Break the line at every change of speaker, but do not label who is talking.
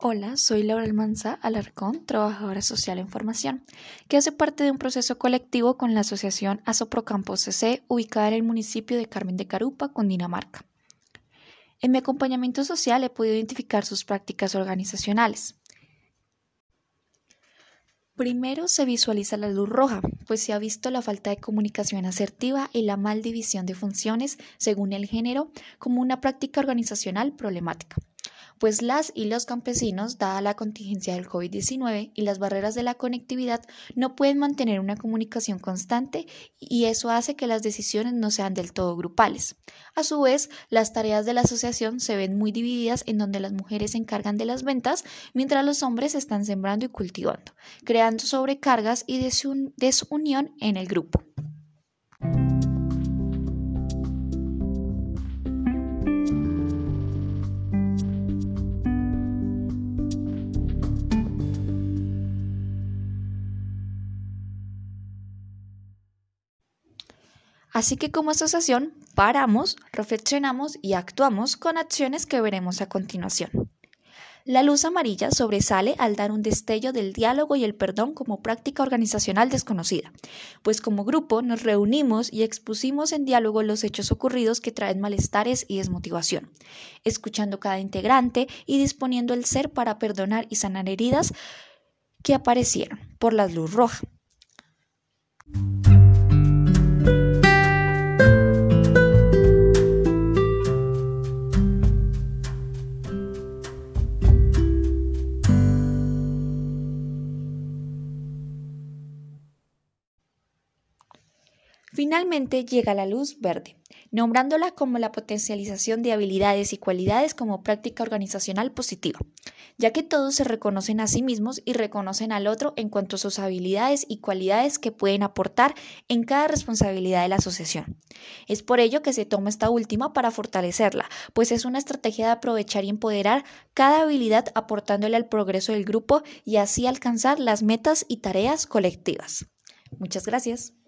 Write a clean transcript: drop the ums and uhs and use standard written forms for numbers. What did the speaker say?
Hola, soy Laura Almanza Alarcón, trabajadora social en formación, que hace parte de un proceso colectivo con la asociación Asoprocampo CC, ubicada en el municipio de Carmen de Carupa, Cundinamarca. En mi acompañamiento social he podido identificar sus prácticas organizacionales. Primero se visualiza la luz roja, pues se ha visto la falta de comunicación asertiva y la mal división de funciones según el género como una práctica organizacional problemática. Pues las y los campesinos, dada la contingencia del COVID-19 y las barreras de la conectividad, no pueden mantener una comunicación constante y eso hace que las decisiones no sean del todo grupales. A su vez, las tareas de la asociación se ven muy divididas en donde las mujeres se encargan de las ventas mientras los hombres están sembrando y cultivando, creando sobrecargas y desunión en el grupo. Así que como asociación paramos, reflexionamos y actuamos con acciones que veremos a continuación. La luz amarilla sobresale al dar un destello del diálogo y el perdón como práctica organizacional desconocida, pues como grupo nos reunimos y expusimos en diálogo los hechos ocurridos que traen malestares y desmotivación, escuchando cada integrante y disponiendo el ser para perdonar y sanar heridas que aparecieron por la luz roja. Finalmente llega la luz verde, nombrándola como la potencialización de habilidades y cualidades como práctica organizacional positiva, ya que todos se reconocen a sí mismos y reconocen al otro en cuanto a sus habilidades y cualidades que pueden aportar en cada responsabilidad de la asociación. Es por ello que se toma esta última para fortalecerla, pues es una estrategia de aprovechar y empoderar cada habilidad aportándole al progreso del grupo y así alcanzar las metas y tareas colectivas. Muchas gracias.